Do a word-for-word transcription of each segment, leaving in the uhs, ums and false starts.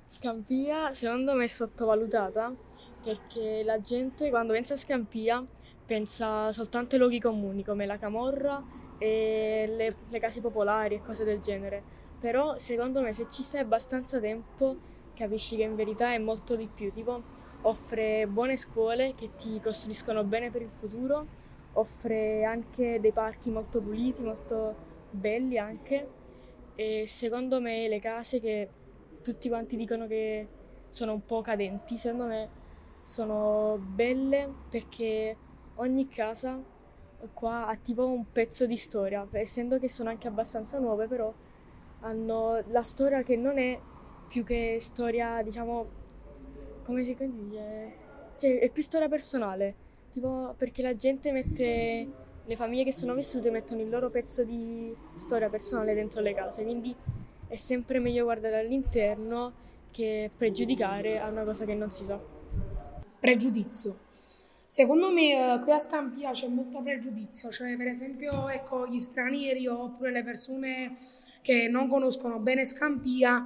Scampia secondo me è sottovalutata perché la gente quando pensa a Scampia pensa soltanto ai luoghi comuni come la camorra e le, le case popolari e cose del genere. Però secondo me se ci stai abbastanza tempo capisci che in verità è molto di più, tipo offre buone scuole che ti costruiscono bene per il futuro, offre anche dei parchi molto puliti, molto belli anche e secondo me le case che tutti quanti dicono che sono un po' cadenti, secondo me sono belle perché ogni casa qua ha tipo un pezzo di storia, essendo che sono anche abbastanza nuove, però hanno la storia che non è più che storia, diciamo, come si, come si dice? Cioè, è più storia personale, tipo perché la gente mette, le famiglie che sono vissute mettono il loro pezzo di storia personale dentro le case, quindi è sempre meglio guardare all'interno che pregiudicare a una cosa che non si sa. Pregiudizio. Secondo me eh, qui a Scampia c'è molto pregiudizio, cioè per esempio ecco, gli stranieri oppure le persone che non conoscono bene Scampia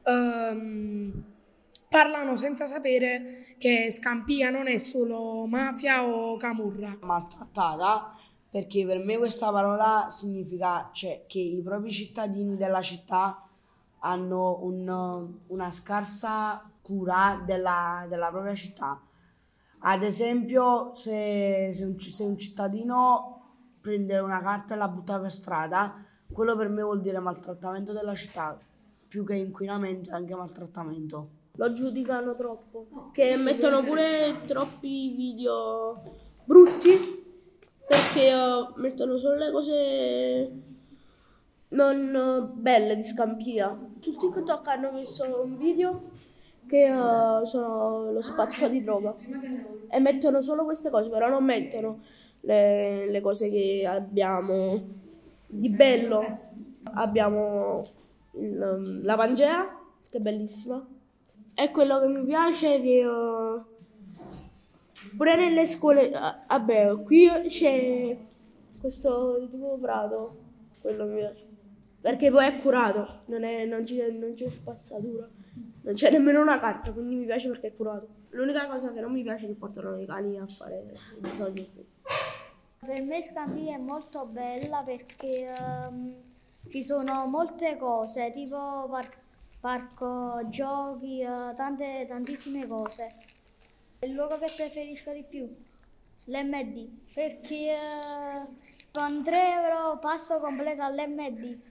ehm, parlano senza sapere che Scampia non è solo mafia o camorra. Maltrattata perché per me questa parola significa cioè, che i propri cittadini della città hanno un- una scarsa cura della, della propria città. Ad esempio, se, se un, ci- se un cittadino prende una carta e la butta per strada, quello per me vuol dire maltrattamento della città, più che inquinamento, è anche maltrattamento. Lo giudicano troppo, che mettono pure troppi video brutti perché eh, mettono solo le cose non eh, belle di Scampia. Su TikTok hanno messo un video che eh, sono lo spaccio di droga e mettono solo queste cose, però non mettono le, le cose che abbiamo di bello. Abbiamo il, um, la Pangea, che è bellissima. E quello che mi piace è che eh, pure nelle scuole, ah, vabbè, qui c'è questo di tipo prato, quello mi piace. Perché poi è curato, non, è, non, c'è, non c'è spazzatura, non c'è nemmeno una carta, quindi mi piace perché è curato. L'unica cosa che non mi piace è che portano i cani a fare i bisogni qui. Per me Scampia è molto bella perché ehm, ci sono molte cose, tipo par- parco giochi, eh, tante, tantissime cose. Il luogo che preferisco di più? L'M D, perché eh, con tre euro pasto completo all'M D